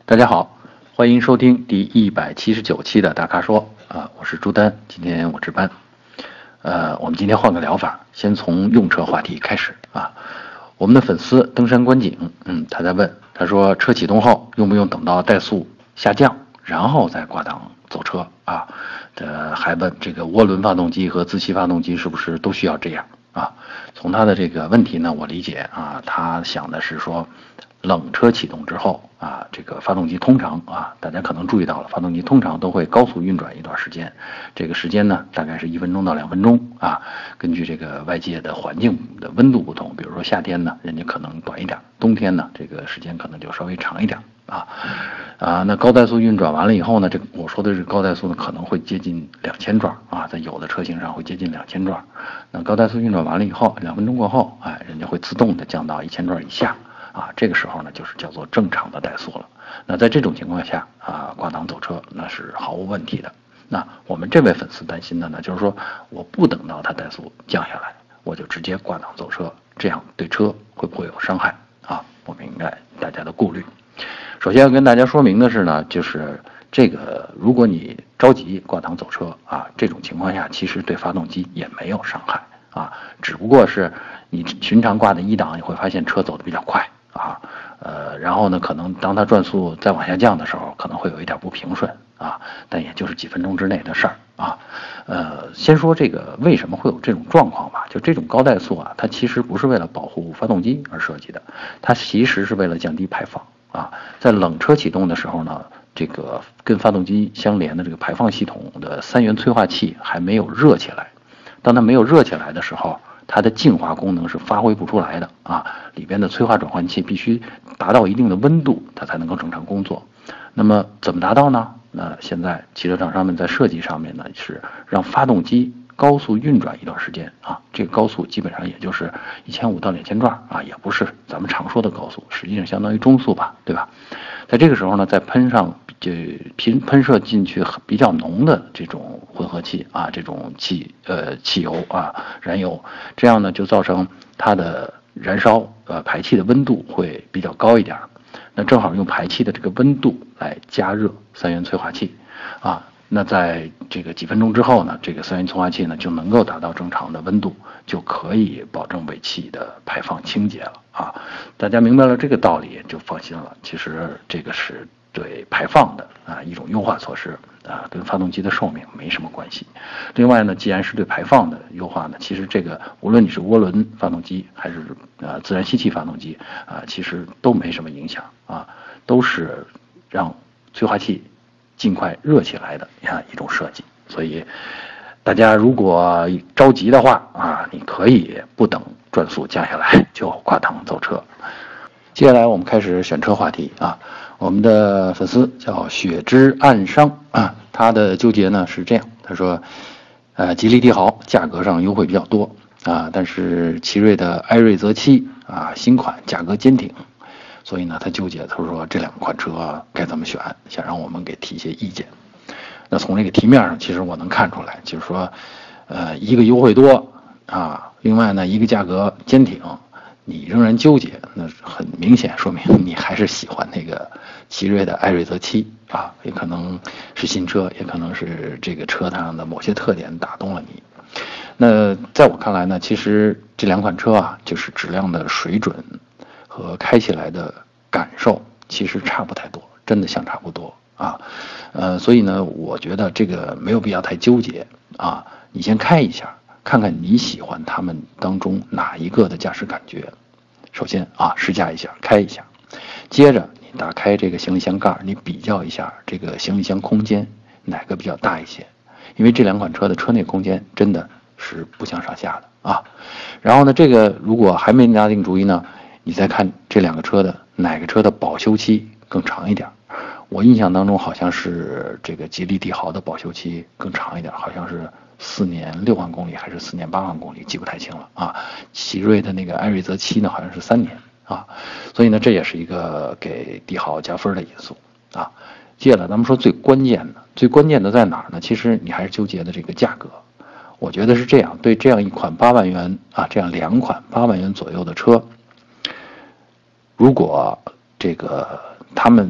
大家好，欢迎收听第179期的大咖说啊，我是朱丹，今天我值班。我们今天换个聊法，先从用车话题开始啊。我们的粉丝登山观景，他在问，他说车启动后用不用等到怠速下降，然后再挂档走车啊？还问这个涡轮发动机和自吸发动机是不是都需要这样啊？从他的这个问题呢，我理解啊，他想的是说，冷车启动之后啊，这个发动机通常啊，大家可能注意到了，发动机通常都会高速运转一段时间，这个时间呢大概是1分钟到2分钟啊。根据这个外界的环境的温度不同，比如说夏天呢，人家可能短一点；冬天呢，这个时间可能就稍微长一点啊。那高怠速运转完了以后呢，这我说的是高怠速呢，可能会接近2000转啊，在有的车型上会接近2000转。那高怠速运转完了以后，2分钟过后，人家会自动的降到1000转以下。这个时候呢，就是叫做正常的怠速了。那在这种情况下挂档走车那是毫无问题的。那我们这位粉丝担心的呢，就是说我不等到它怠速降下来，我就直接挂档走车，这样对车会不会有伤害啊？我明白大家的顾虑。首先要跟大家说明的是呢，就是这个如果你着急挂档走车这种情况下其实对发动机也没有伤害只不过是你寻常挂的1档，你会发现车走得比较快然后呢，可能当它转速再往下降的时候，可能会有一点不平顺但也就是几分钟之内的事儿先说这个为什么会有这种状况吧，就这种高怠速它其实不是为了保护发动机而设计的，它其实是为了降低排放在冷车启动的时候呢，这个跟发动机相连的这个排放系统的3元催化器还没有热起来，当它没有热起来的时候，它的净化功能是发挥不出来的里边的催化转换器必须达到一定的温度，它才能够正常工作。那么怎么达到呢？那现在汽车厂商们在设计上面呢，是让发动机高速运转一段时间这个高速基本上也就是1500到2000转也不是咱们常说的高速，实际上相当于中速吧，对吧？在这个时候呢，再喷喷射进去比较浓的这种混合气这种汽油燃油，这样呢就造成它的燃烧排气的温度会比较高一点，那正好用排气的这个温度来加热3元催化器那在这个几分钟之后呢，这个3元催化器呢就能够达到正常的温度，就可以保证尾气的排放清洁了大家明白了这个道理就放心了，其实这个是对排放的一种优化措施跟发动机的寿命没什么关系。另外呢，既然是对排放的优化呢，其实这个无论你是涡轮发动机还是自然吸气发动机其实都没什么影响都是让催化器尽快热起来的一种设计。所以大家如果着急的话你可以不等转速降下来就挂档走车。接下来我们开始选车话题我们的粉丝叫雪之暗伤他的纠结呢是这样，他说吉利帝豪价格上优惠比较多但是奇瑞的艾瑞泽7新款价格坚挺，所以呢他纠结，他说这2款车该怎么选，想让我们给提一些意见。那从这个题面上其实我能看出来，就是说一个优惠多另外呢一个价格坚挺，你仍然纠结，那很明显说明你还是喜欢那个奇瑞的艾瑞泽7也可能是新车，也可能是这个车上的某些特点打动了你。那在我看来呢，其实这2款车就是质量的水准和开起来的感受其实差不太多，真的相差不多所以呢我觉得这个没有必要太纠结你先开一下，看看你喜欢他们当中哪一个的驾驶感觉。首先试驾一下，开一下，接着你打开这个行李箱盖，你比较一下这个行李箱空间哪个比较大一些，因为这2款车的车内空间真的是不相上下的然后呢，这个如果还没拿定主意呢，你再看这2个车的哪个车的保修期更长一点。我印象当中好像是这个吉利帝豪的保修期更长一点，好像是4年6万公里还是4年8万公里，记不太清了奇瑞的那个艾瑞泽7呢好像是3年所以呢这也是一个给帝豪加分的因素接下来咱们说最关键的在哪儿呢？其实你还是纠结的这个价格。我觉得是这样，对这样一款8万元这样2款8万元左右的车，如果这个他们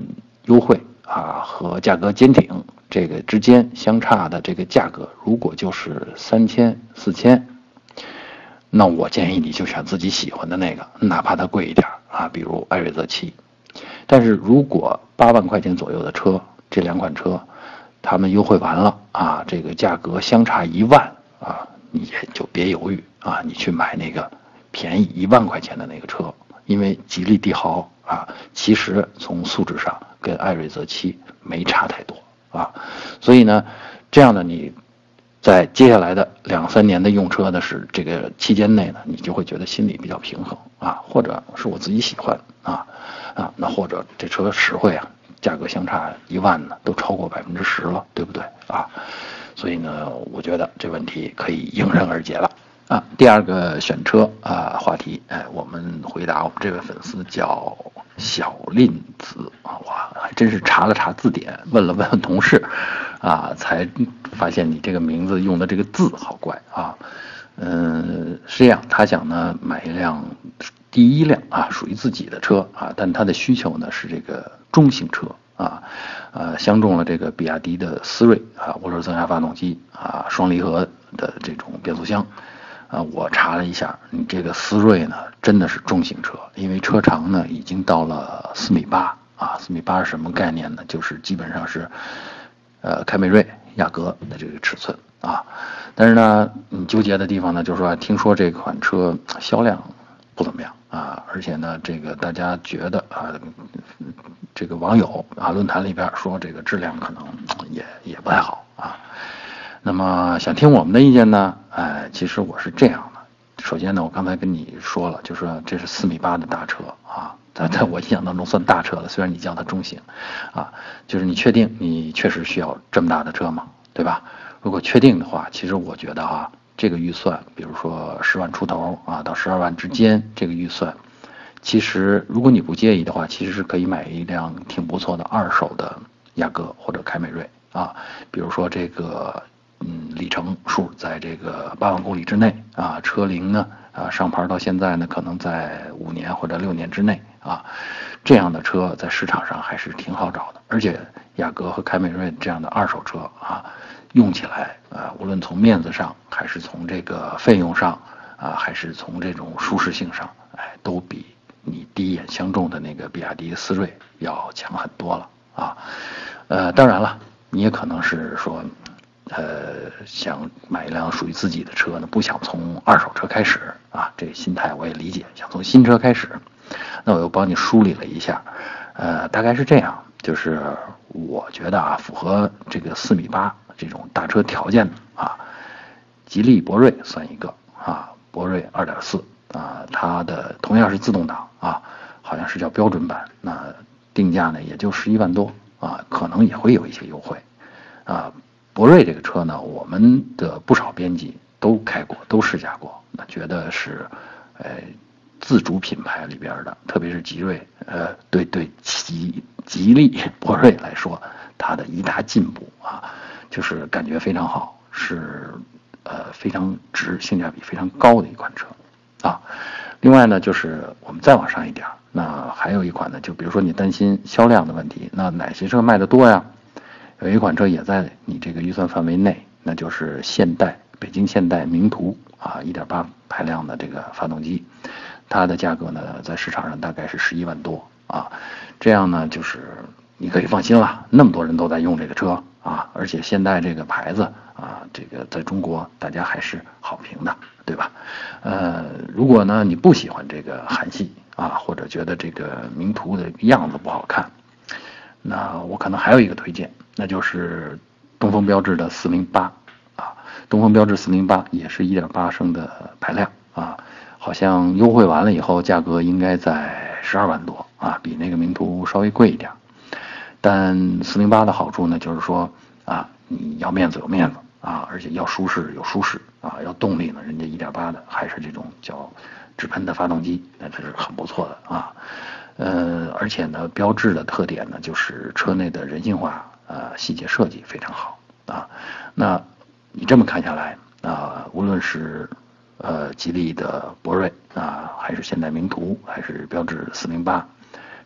优惠啊和价格坚挺这个之间相差的这个价格，如果就是3000、4000，那我建议你就选自己喜欢的那个，哪怕它贵一点啊，比如艾瑞泽7。但是如果8万块钱左右的车，这两款车，他们优惠完了啊，这个价格相差1万啊，你也就别犹豫啊，你去买那个便宜1万块钱的那个车，因为吉利帝豪啊，其实从素质上跟艾瑞泽7没差太多啊，所以呢，这样的你在接下来的2、3年的用车的是这个期间内呢，你就会觉得心里比较平衡啊，或者是我自己喜欢那或者这车实惠啊，价格相差1万呢，都超过10%了，对不对啊？所以呢，我觉得这问题可以迎刃而解了啊。第二个选车啊话题，我们回答我们这位粉丝叫小令子啊，哇，还真是查了查字典，问了问同事啊，才发现你这个名字用的这个字好怪啊。是这样，他想呢买一辆第一辆啊属于自己的车啊，但他的需求呢是这个中型车啊，相中了这个比亚迪的思锐啊，涡轮增压发动机啊，双离合的这种变速箱啊，我查了一下，你这个思锐呢真的是中型车，因为车长呢已经到了4.8米啊，4.8米是什么概念呢？就是基本上是凯美瑞、雅阁的这个尺寸啊。但是呢，你纠结的地方呢，就是说听说这款车销量不怎么样啊，而且呢，这个大家觉得啊，这个网友啊论坛里边说这个质量可能也不太好啊。那么想听我们的意见呢？其实我是这样的，首先呢，我刚才跟你说了，就是说这是4.8米的大车啊，在我印象当中算大车了，虽然你叫它中型，啊，就是你确定你确实需要这么大的车吗？对吧？如果确定的话，其实我觉得啊，这个预算，比如说10万出头啊到12万之间这个预算，其实如果你不介意的话，其实是可以买一辆挺不错的二手的雅阁或者凯美瑞啊，比如说这个里程数在这个8万公里之内啊，车龄呢上牌到现在呢可能在5年或者6年之内啊，这样的车在市场上还是挺好找的，而且雅阁和凯美瑞这样的二手车啊，用起来无论从面子上还是从这个费用上啊，还是从这种舒适性上，都比你第一眼相中的那个比亚迪思锐要强很多了啊。当然了，你也可能是说想买一辆属于自己的车呢，不想从二手车开始啊，这个心态我也理解，想从新车开始。那我又帮你梳理了一下，大概是这样，就是我觉得啊，符合这个4.8米这种大车条件的啊，吉利博瑞算一个啊，博瑞2.4啊，它的同样是自动挡啊，好像是叫标准版，那定价呢也就11万多啊，可能也会有一些优惠啊。博瑞这个车呢，我们的不少编辑都开过，都试驾过，那觉得是，自主品牌里边的，特别是吉瑞，对吉利博瑞来说，它的一大进步啊，就是感觉非常好，是非常值，性价比非常高的一款车啊。另外呢，就是我们再往上一点，那还有一款呢，就比如说你担心销量的问题，那哪些车卖得多呀？有一款车也在你这个预算范围内，那就是北京现代名图啊，1.8排量的这个发动机，它的价格呢在市场上大概是11万多啊，这样呢就是你可以放心了，那么多人都在用这个车啊，而且现代这个牌子啊，这个在中国大家还是好评的，对吧？如果呢你不喜欢这个韩系啊，或者觉得这个名图的样子不好看，那我可能还有一个推荐，那就是东风标致的408啊，东风标致408也是1.8升的排量啊，好像优惠完了以后价格应该在12万多啊，比那个名图稍微贵一点。但408的好处呢，就是说啊，你要面子有面子啊，而且要舒适有舒适啊，要动力呢，人家1.8的还是这种叫直喷的发动机，那这是很不错的啊。而且呢，标致的特点呢，就是车内的人性化细节设计非常好啊。那你这么看下来啊，无论是吉利的博瑞啊，还是现代名图，还是标致408，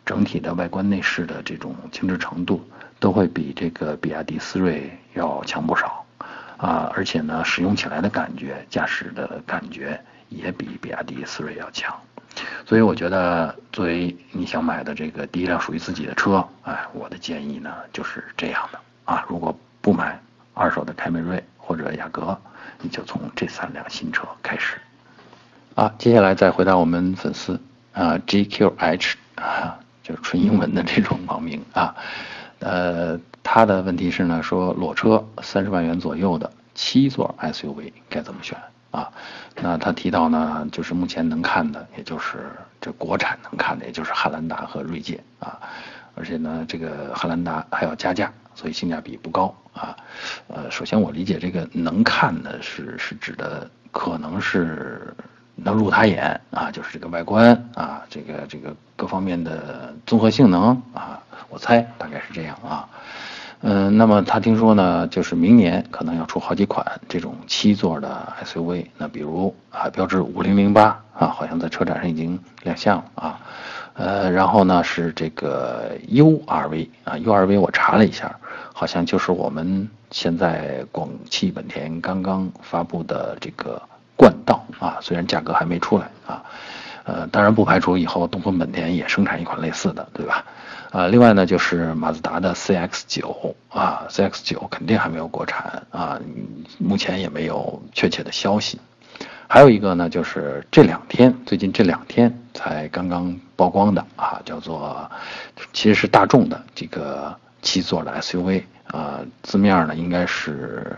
整体的外观内饰的这种精致程度都会比这个比亚迪思锐要强不少而且呢使用起来的感觉、驾驶的感觉也比比亚迪思锐要强。所以我觉得作为你想买的这个第一辆属于自己的车，我的建议呢就是这样的如果不买二手的凯美瑞或者雅阁，你就从这3辆新车开始接下来再回到我们粉丝GQH 就是纯英文的这种网名他的问题是呢，说裸车30万元左右的7座 SUV 该怎么选那他提到呢，就是目前能看的，也就是这国产能看的，也就是汉兰达和锐界而且呢，这个汉兰达还要加价，所以性价比不高首先我理解这个能看的是指的可能是能入他眼就是这个外观这个各方面的综合性能我猜大概是这样那么他听说呢，就是明年可能要出好几款这种7座的 SUV， 那比如标致5008好像在车展上已经亮相了然后呢是这个 URV 我查了一下，好像就是我们现在广汽本田刚刚发布的这个冠道虽然价格还没出来当然不排除以后东风本田也生产一款类似的，对吧另外呢就是马自达的 CX-9 CX-9 肯定还没有国产目前也没有确切的消息。还有一个呢就是最近这两天才刚刚曝光的叫做其实是大众的这个7座的 SUV 字面呢应该是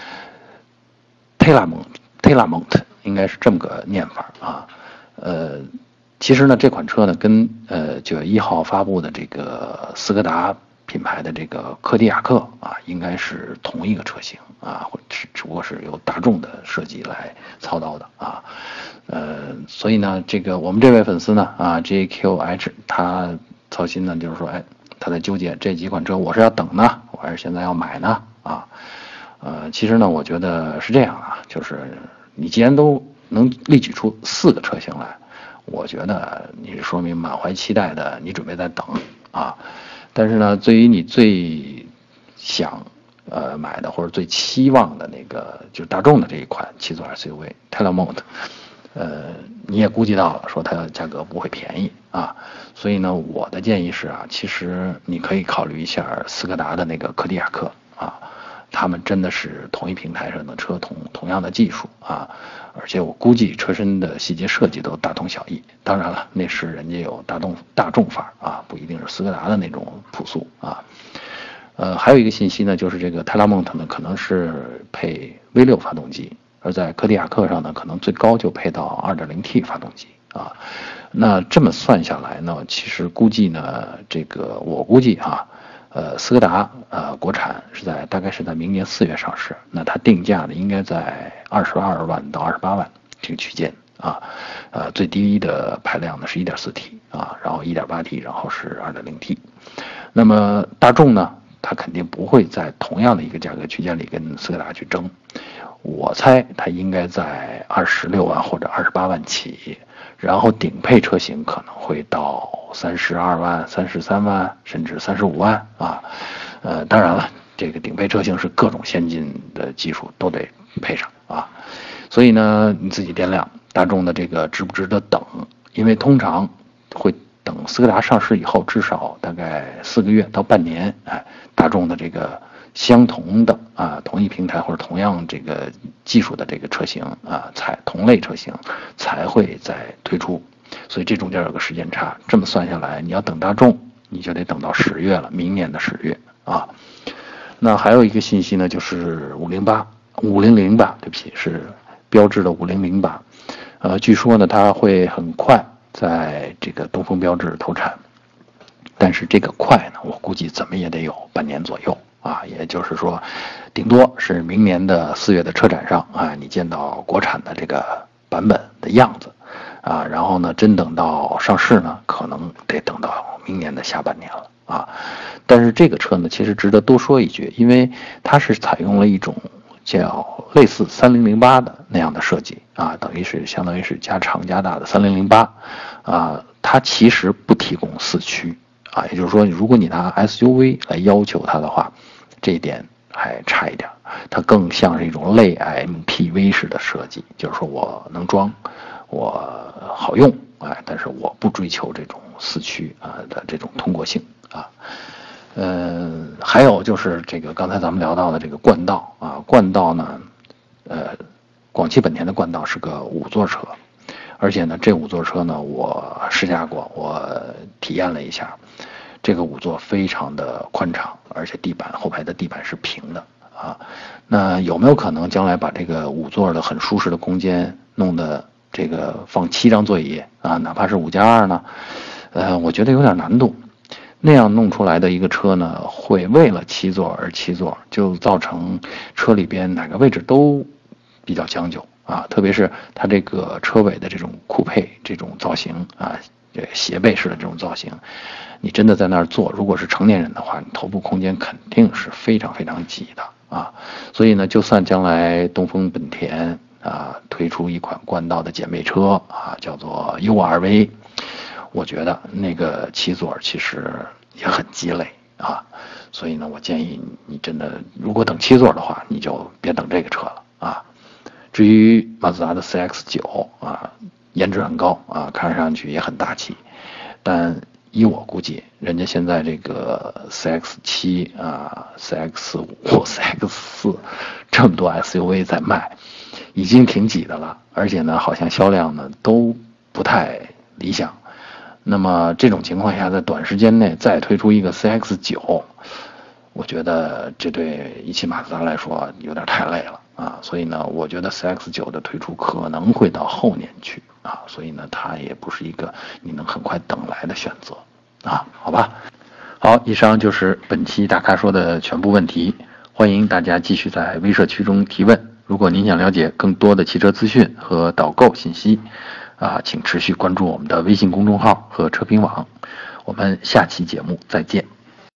Telamont 应该是这么个念法其实呢这款车呢跟9月1号发布的这个斯柯达品牌的这个柯迪亚克应该是同一个车型只不过是由大众的设计来操刀的所以呢这个我们这位粉丝呢JQH 他操心呢就是说他在纠结这几款车我是要等呢我还是现在要买呢其实呢我觉得是这样就是你既然都能列举出4个车型来，我觉得你是说明满怀期待的，你准备在等但是呢，对于你最想买的或者最期望的那个就是大众的这一款7座 SUV Telamont，你也估计到了，说它的价格不会便宜所以呢，我的建议是其实你可以考虑一下斯柯达的那个柯迪亚克他们真的是同一平台上的车，同样的技术而且我估计车身的细节设计都大同小异。当然了，那是人家有大众范儿不一定是斯柯达的那种朴素还有一个信息呢，就是这个泰拉蒙特呢可能是配 V6 发动机，而在柯迪亚克上呢可能最高就配到 2.0T 发动机那这么算下来呢，其实估计呢我估计斯柯达国产大概是在明年4月上市，那它定价呢应该在22万到28万这个区间最低的排量呢是 1.4T 然后 1.8T 然后是 2.0T。 那么大众呢它肯定不会在同样的一个价格区间里跟斯柯达去争，我猜它应该在26万或者28万起，然后顶配车型可能会到32万、33万，甚至35万当然了，这个顶配车型是各种先进的技术都得配上所以呢，你自己掂量大众的这个值不值得等，因为通常会等斯柯达上市以后，至少大概4个月到半年，大众的这个相同的同一平台或者同样这个技术的这个车型同类车型才会再推出，所以这中间有个时间差。这么算下来，你要等大众，你就得等到10月了，明年的10月那还有一个信息呢，就是508，对不起，是标致的5008。据说呢，它会很快在这个东风标致投产，但是这个快呢，我估计怎么也得有半年左右也就是说，顶多是明年的4月的车展上你见到国产的这个版本的样子然后呢，真等到上市呢，可能得等到明年的下半年了但是这个车呢，其实值得多说一句，因为它是采用了一种叫类似3008的那样的设计啊，相当于是加长加大的3008啊，它其实不提供四驱啊，也就是说，如果你拿 SUV 来要求它的话，这一点还差一点，它更像是一种类 MPV 式的设计，就是说我能装，我好用，但是我不追求这种四驱的这种通过性啊。还有就是这个刚才咱们聊到的这个冠道啊，冠道呢，广汽本田的冠道是个5座车，而且呢，这5座车呢，我试驾过，我体验了一下，这个5座非常的宽敞，而且后排的地板是平的啊。那有没有可能将来把这个5座的很舒适的空间弄得这个放7张座椅啊，哪怕是5+2呢？我觉得有点难度。那样弄出来的一个车呢，会为了7座而7座，就造成车里边哪个位置都比较将就啊，特别是它这个车尾的这种酷配这种造型啊，这斜背式的这种造型，你真的在那儿坐，如果是成年人的话，你头部空间肯定是非常非常挤的啊。所以呢，就算将来东风本田推出一款冠道的姐妹车啊，叫做 URV。我觉得那个7座其实也很鸡肋啊，所以呢，我建议你真的如果等7座的话，你就别等这个车了啊。至于马自达的 CX-9啊，颜值很高啊，看上去也很大气，但依我估计，人家现在这个 CX-7CX-5、CX-4这么多 SUV 在卖，已经挺挤的了，而且呢，好像销量呢都不太理想。那么这种情况下，在短时间内再推出一个 CX-9，我觉得这对一汽马自达来说有点太累了啊。所以呢，我觉得 CX-9的推出可能会到后年去啊。所以呢，它也不是一个你能很快等来的选择啊。好吧，好，以上就是本期大咖说的全部问题，欢迎大家继续在微社区中提问。如果您想了解更多的汽车资讯和导购信息请持续关注我们的微信公众号和车评网，我们下期节目再见。